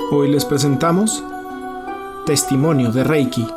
Hoy les presentamos Testimonio de Reiki.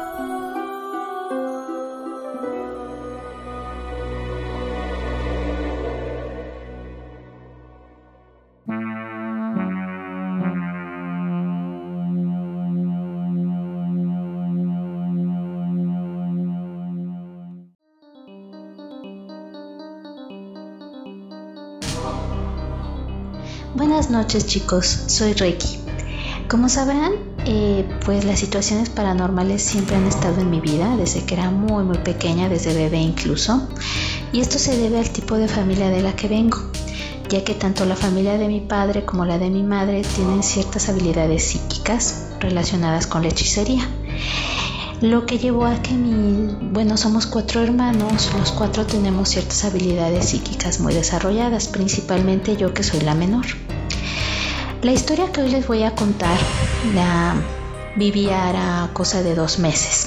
Buenas noches, chicos, soy Reiki. Como sabrán, pues las situaciones paranormales siempre han estado en mi vida desde que era muy pequeña, desde bebé incluso, y esto se debe al tipo de familia de la que vengo, ya que tanto la familia de mi padre como la de mi madre tienen ciertas habilidades psíquicas relacionadas con la hechicería. Lo que llevó a que somos 4 hermanos, los 4 tenemos ciertas habilidades psíquicas muy desarrolladas, principalmente yo que soy la menor. La historia que hoy les voy a contar la viví hará cosa de 2 meses.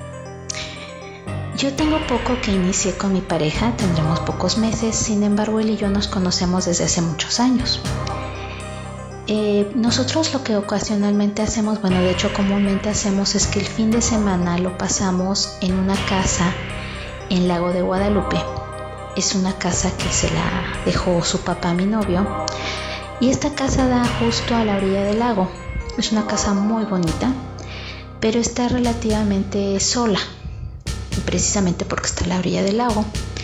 Yo tengo poco que inicié con mi pareja, tendremos pocos meses, sin embargo él y yo nos conocemos desde hace muchos años. Nosotros lo que ocasionalmente hacemos, de hecho comúnmente hacemos, es que el fin de semana lo pasamos en una casa en Lago de Guadalupe. Es una casa que se la dejó su papá a mi novio, y esta casa da justo a la orilla del lago. Es una casa muy bonita, pero está relativamente sola, y precisamente porque está a la orilla del lago.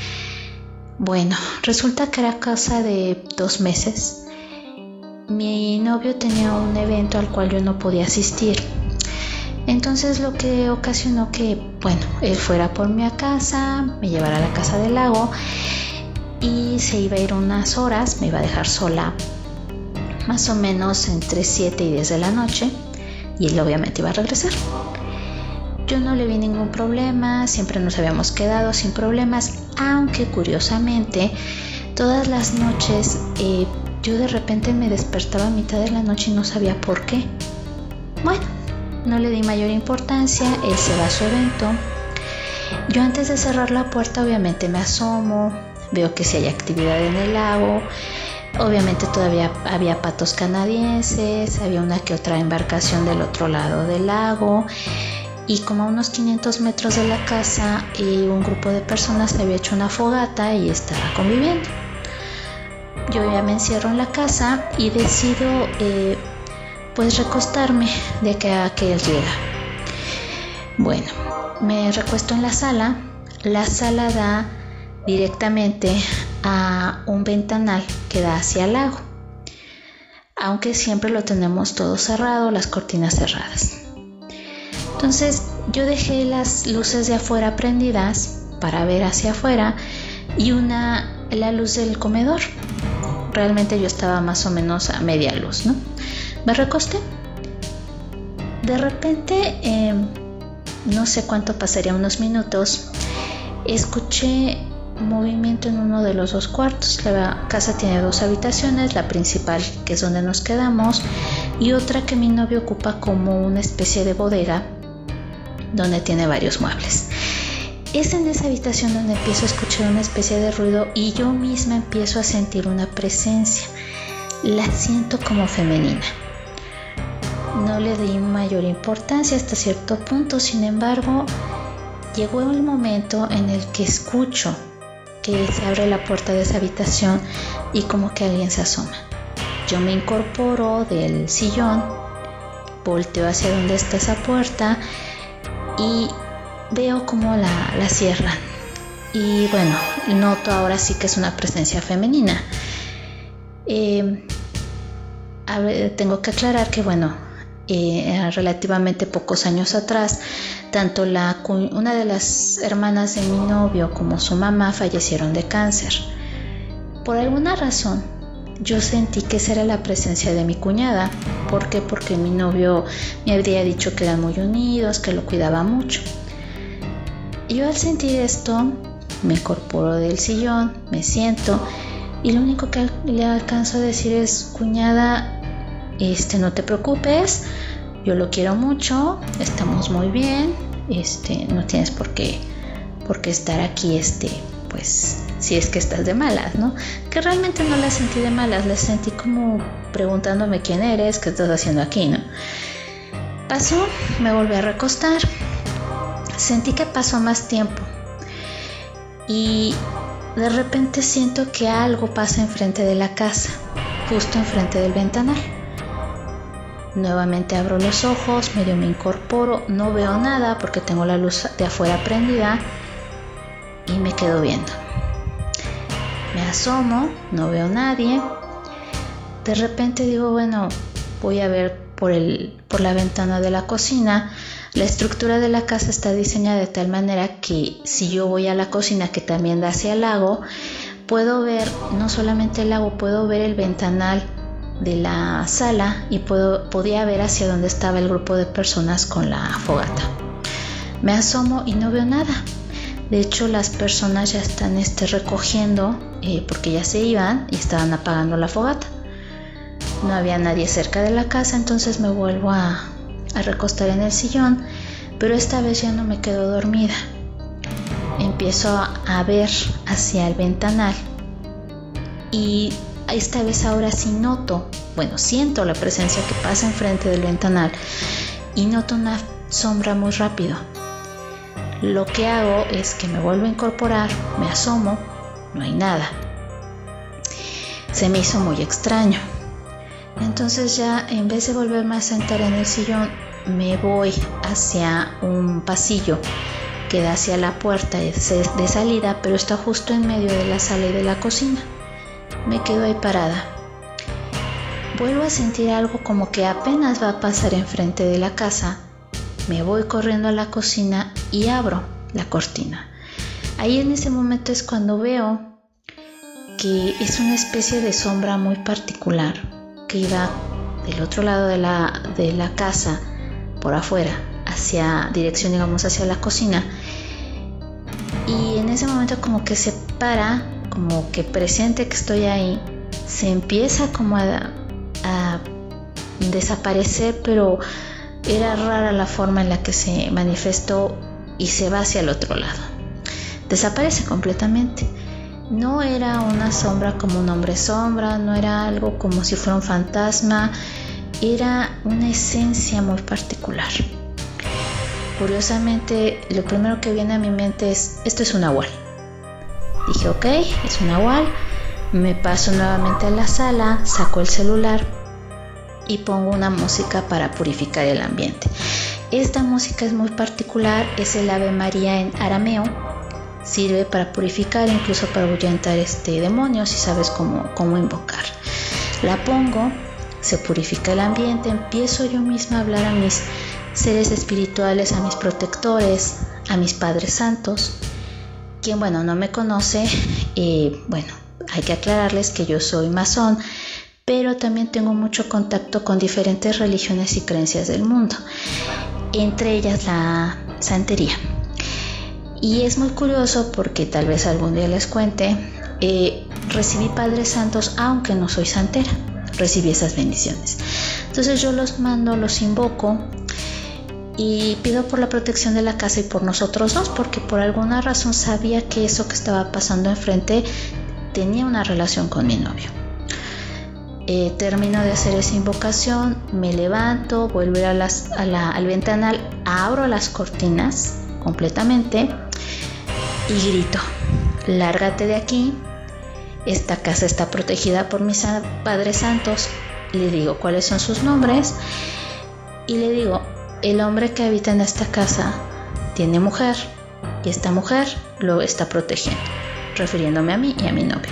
Resulta que era cosa de 2 meses. Mi novio tenía un evento al cual yo no podía asistir. Entonces lo que ocasionó que, él fuera por mí a casa, me llevara a la casa del lago y se iba a ir unas horas, me iba a dejar sola más o menos entre 7 y 10 de la noche, y él obviamente iba a regresar. Yo no le vi ningún problema, siempre nos habíamos quedado sin problemas, aunque curiosamente todas las noches yo de repente me despertaba a mitad de la noche y no sabía por qué. No le di mayor importancia, él se va a su evento. Yo antes de cerrar la puerta obviamente me asomo, veo que si hay actividad en el lago. Obviamente todavía había patos canadienses, había una que otra embarcación del otro lado del lago, y como a unos 500 metros de la casa un grupo de personas había hecho una fogata y estaba conviviendo. Yo ya me encierro en la casa y decido recostarme de que él llega. Me recuesto en la sala. La sala da directamente a un ventanal que da hacia el lago, aunque siempre lo tenemos todo cerrado, las cortinas cerradas. Entonces yo dejé las luces de afuera prendidas para ver hacia afuera y la luz del comedor. Realmente yo estaba más o menos a media luz, ¿no? Me recosté. De repente, no sé cuánto pasaría, unos minutos, escuché movimiento en uno de los 2 cuartos. La casa tiene 2 habitaciones, la principal, que es donde nos quedamos, y otra que mi novio ocupa como una especie de bodega donde tiene varios muebles. Es en esa habitación donde empiezo a escuchar una especie de ruido y yo misma empiezo a sentir una presencia. La siento como femenina. No le di mayor importancia hasta cierto punto, sin embargo, llegó el momento en el que escucho que se abre la puerta de esa habitación y como que alguien se asoma. Yo me incorporo del sillón, volteo hacia donde está esa puerta y veo cómo la cierran. Y noto ahora sí que es una presencia femenina. Tengo que aclarar que relativamente pocos años atrás, tanto una de las hermanas de mi novio como su mamá fallecieron de cáncer. Por alguna razón yo sentí que esa era la presencia de mi cuñada. ¿Por qué? Porque mi novio me había dicho que eran muy unidos, que lo cuidaba mucho. Yo al sentir esto me incorporo del sillón, me siento y lo único que le alcanzo a decir es: cuñada, no te preocupes, yo lo quiero mucho, estamos muy bien, no tienes por qué estar aquí si es que estás de malas, ¿no? Que realmente no las sentí de malas, las sentí como preguntándome quién eres, qué estás haciendo aquí, ¿no? Pasó, me volví a recostar, sentí que pasó más tiempo y de repente siento que algo pasa enfrente de la casa, justo enfrente del ventanal. Nuevamente abro los ojos, medio me incorporo, no veo nada porque tengo la luz de afuera prendida y me quedo viendo. Me asomo, no veo nadie. De repente digo, bueno, voy a ver por la ventana de la cocina. La estructura de la casa está diseñada de tal manera que si yo voy a la cocina, que también da hacia el lago, puedo ver no solamente el lago, puedo ver el ventanal de la sala y podía ver hacia dónde estaba el grupo de personas con la fogata. Me asomo y no veo nada. De hecho, las personas ya están recogiendo porque ya se iban y estaban apagando la fogata. No había nadie cerca de la casa, entonces me vuelvo a recostar en el sillón, pero esta vez ya no me quedo dormida. Empiezo a ver hacia el ventanal y esta vez ahora sí siento la presencia que pasa enfrente del ventanal y noto una sombra muy rápido. Lo que hago es que me vuelvo a incorporar, me asomo, no hay nada. Se me hizo muy extraño. Entonces ya en vez de volverme a sentar en el sillón, me voy hacia un pasillo que da hacia la puerta de salida, pero está justo en medio de la sala y de la cocina. Me quedo ahí parada. Vuelvo a sentir algo como que apenas va a pasar enfrente de la casa. Me voy corriendo a la cocina y abro la cortina. Ahí en ese momento es cuando veo que es una especie de sombra muy particular que iba del otro lado de la casa, por afuera, dirección digamos hacia la cocina. Y en ese momento como que se para, como que presiente que estoy ahí, se empieza como a desaparecer, pero era rara la forma en la que se manifestó y se va hacia el otro lado. Desaparece completamente. No era una sombra como un hombre sombra, no era algo como si fuera un fantasma, era una esencia muy particular. Curiosamente, lo primero que viene a mi mente es, esto es un nahual. Dije, ok, es un nahual. Me paso nuevamente a la sala, saco el celular y pongo una música para purificar el ambiente. Esta música es muy particular, es el Ave María en arameo. Sirve para purificar, incluso para ahuyentar demonios, si sabes cómo invocar. La pongo, se purifica el ambiente, empiezo yo misma a hablar a mis seres espirituales, a mis protectores, a mis padres santos. Quien, no me conoce, hay que aclararles que yo soy masón, pero también tengo mucho contacto con diferentes religiones y creencias del mundo, entre ellas la santería. Y es muy curioso porque tal vez algún día les cuente, recibí padres santos aunque no soy santera, recibí esas bendiciones. Entonces yo los mando, los invoco y pido por la protección de la casa y por nosotros dos, porque por alguna razón sabía que eso que estaba pasando enfrente tenía una relación con mi novio. Termino de hacer esa invocación, me levanto, vuelvo a ir al ventanal, abro las cortinas completamente y grito, lárgate de aquí, esta casa está protegida por mis padres santos. Le digo cuáles son sus nombres y le digo, el hombre que habita en esta casa tiene mujer y esta mujer lo está protegiendo, refiriéndome a mí y a mi novio.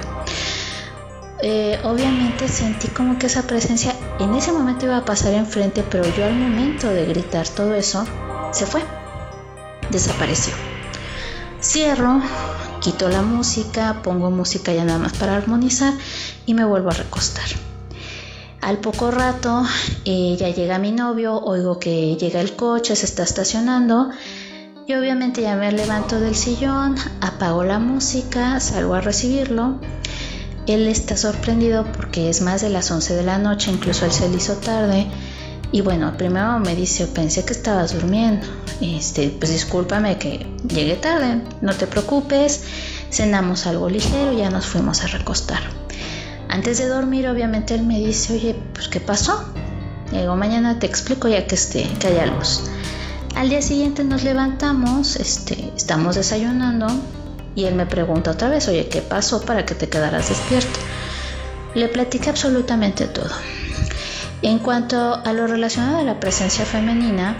Obviamente sentí como que esa presencia en ese momento iba a pasar enfrente, pero yo al momento de gritar todo eso, se fue, desapareció. Cierro, quito la música, pongo música ya nada más para armonizar y me vuelvo a recostar. Al poco rato ya llega mi novio, oigo que llega el coche, se está estacionando. Yo obviamente ya me levanto del sillón, apago la música, salgo a recibirlo. Él está sorprendido porque es más de las 11 de la noche, incluso él se le hizo tarde. Y primero me dice, pensé que estabas durmiendo. Pues discúlpame que llegué tarde, no te preocupes. cenamos algo ligero y ya nos fuimos a recostar. Antes de dormir, obviamente él me dice, oye, pues ¿qué pasó? Le digo, mañana te explico ya que haya luz. Al día siguiente nos levantamos, estamos desayunando y él me pregunta otra vez, oye, ¿qué pasó para que te quedaras despierto? Le platiqué absolutamente todo. En cuanto a lo relacionado a la presencia femenina,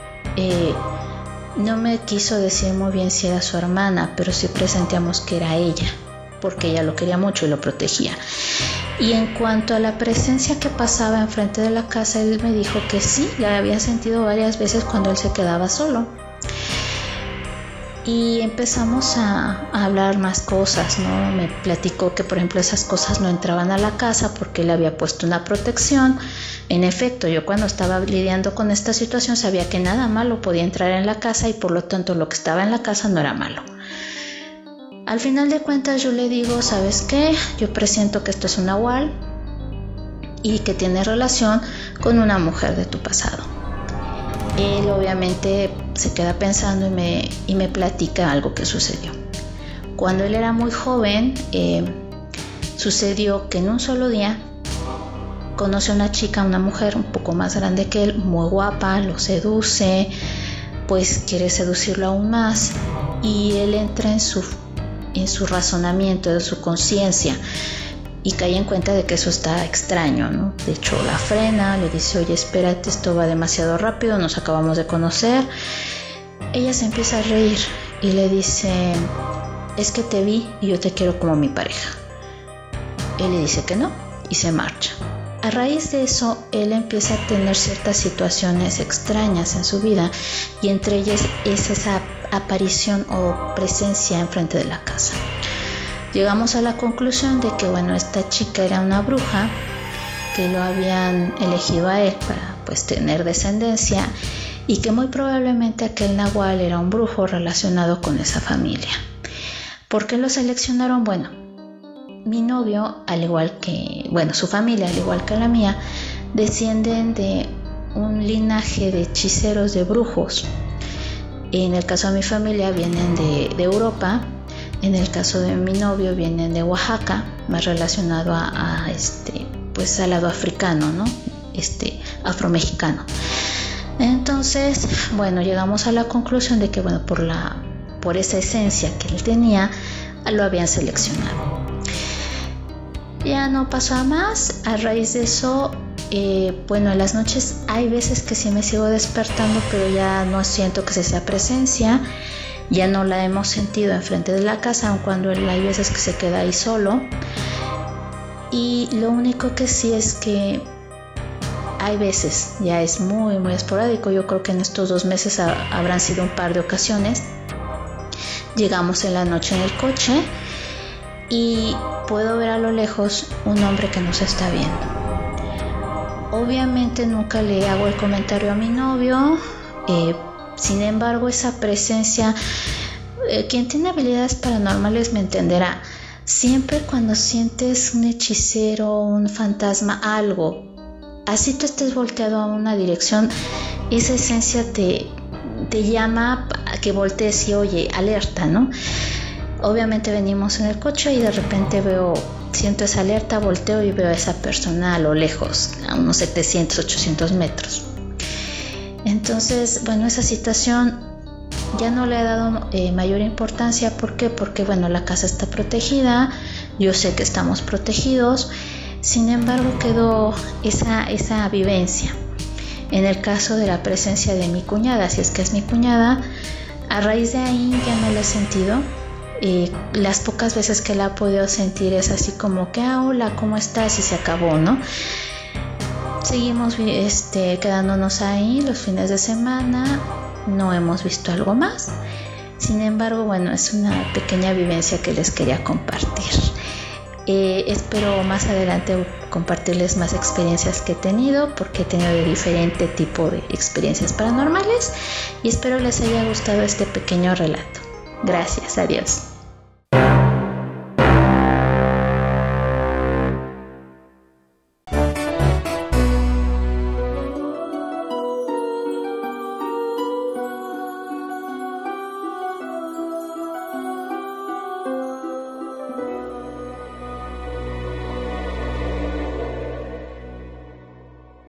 no me quiso decir muy bien si era su hermana, pero sí presentíamos que era ella, porque ella lo quería mucho y lo protegía. Y en cuanto a la presencia que pasaba enfrente de la casa, él me dijo que sí, la había sentido varias veces cuando él se quedaba solo. Y empezamos a hablar más cosas, ¿no? Me platicó que, por ejemplo, esas cosas no entraban a la casa porque él había puesto una protección. En efecto, yo cuando estaba lidiando con esta situación sabía que nada malo podía entrar en la casa y por lo tanto lo que estaba en la casa no era malo. Al final de cuentas yo le digo, ¿sabes qué? Yo presiento que esto es un nahual y que tiene relación con una mujer de tu pasado. Él obviamente se queda pensando y me platica algo que sucedió. Cuando él era muy joven, sucedió que en un solo día conoce a una chica, una mujer un poco más grande que él, muy guapa, lo seduce, pues quiere seducirlo aún más y él entra en su razonamiento, de su conciencia y cae en cuenta de que eso está extraño, ¿no? De hecho la frena, le dice, oye, espérate, esto va demasiado rápido, nos acabamos de conocer. Ella se empieza a reír y le dice, es que te vi y yo te quiero como mi pareja. Él le dice que no y se marcha. A raíz de eso, él empieza a tener ciertas situaciones extrañas en su vida y entre ellas es esa aparición o presencia enfrente de la casa. Llegamos a la conclusión de que, bueno, esta chica era una bruja, que lo habían elegido a él para, pues, tener descendencia y que muy probablemente aquel nahual era un brujo relacionado con esa familia. ¿Por qué lo seleccionaron? Bueno, mi novio, al igual que, su familia, al igual que la mía, descienden de un linaje de hechiceros, de brujos. En el caso de mi familia vienen de Europa, en el caso de mi novio vienen de Oaxaca, más relacionado al lado africano, ¿no? Afromexicano. Entonces, llegamos a la conclusión de que, por esa esencia que él tenía, lo habían seleccionado. Ya no pasó a más. A raíz de eso, en las noches hay veces que sí me sigo despertando, pero ya no siento que sea esa presencia. Ya no la hemos sentido enfrente de la casa, aun cuando él hay veces que se queda ahí solo. Y lo único que sí es que hay veces, ya es muy, muy esporádico. Yo creo que en estos 2 meses habrán sido un par de ocasiones. Llegamos en la noche en el coche y puedo ver a lo lejos un hombre que nos está viendo. Obviamente nunca le hago el comentario a mi novio, sin embargo esa presencia, quien tiene habilidades paranormales me entenderá. Siempre cuando sientes un hechicero, un fantasma, algo, así tú estés volteado a una dirección, esa esencia te llama a que voltees y oye, alerta, ¿no? Obviamente venimos en el coche y de repente siento esa alerta, volteo y veo a esa persona a lo lejos, a unos 700, 800 metros. Entonces, esa situación ya no le he dado mayor importancia. ¿Por qué? Porque, la casa está protegida, yo sé que estamos protegidos, sin embargo quedó esa vivencia. En el caso de la presencia de mi cuñada, si es que es mi cuñada, a raíz de ahí ya no la he sentido. Las pocas veces que la he podido sentir es así como que hola, ¿cómo estás? Y se acabó, ¿no? Seguimos quedándonos ahí los fines de semana, no hemos visto algo más. Sin embargo, es una pequeña vivencia que les quería compartir. Espero más adelante compartirles más experiencias que he tenido, porque he tenido de diferente tipo de experiencias paranormales, y espero les haya gustado este pequeño relato. Gracias, adiós.